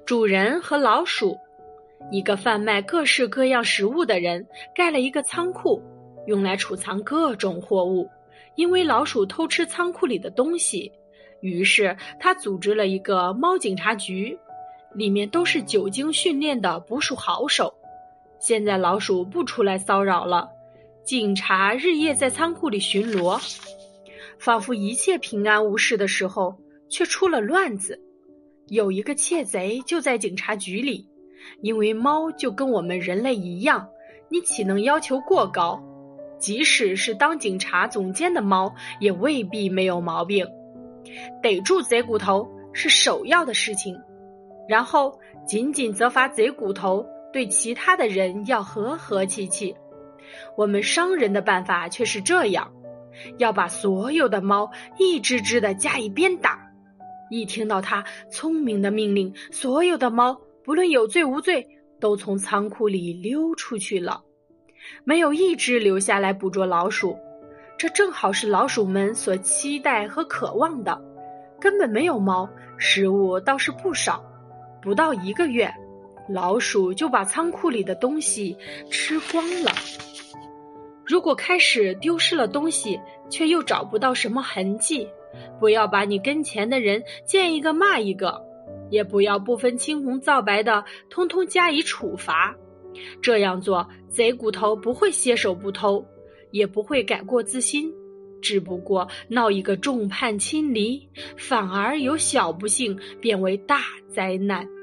主人和老鼠。一个贩卖各式各样食物的人盖了一个仓库，用来储藏各种货物。因为老鼠偷吃仓库里的东西，于是他组织了一个猫警察局，里面都是久经训练的捕鼠好手。现在老鼠不出来骚扰了，警察日夜在仓库里巡逻，仿佛一切平安无事的时候，却出了乱子。有一个窃贼就在警察局里，因为猫就跟我们人类一样，你岂能要求过高？即使是当警察总监的猫，也未必没有毛病。逮住贼骨头是首要的事情，然后仅仅责罚贼骨头，对其他的人要和和气气。我们商人的办法却是这样，要把所有的猫一只只的加以鞭打。一听到他聪明的命令，所有的猫不论有罪无罪，都从仓库里溜出去了，没有一只留下来捕捉老鼠。这正好是老鼠们所期待和渴望的。根本没有猫，食物倒是不少。不到1个月，老鼠就把仓库里的东西吃光了。如果开始丢失了东西，却又找不到什么痕迹，不要把你跟前的人见一个骂一个，也不要不分青红皂白的通通加以处罚。这样做，贼骨头不会歇手不偷，也不会改过自新，只不过闹一个众叛亲离，反而由小不幸变为大灾难。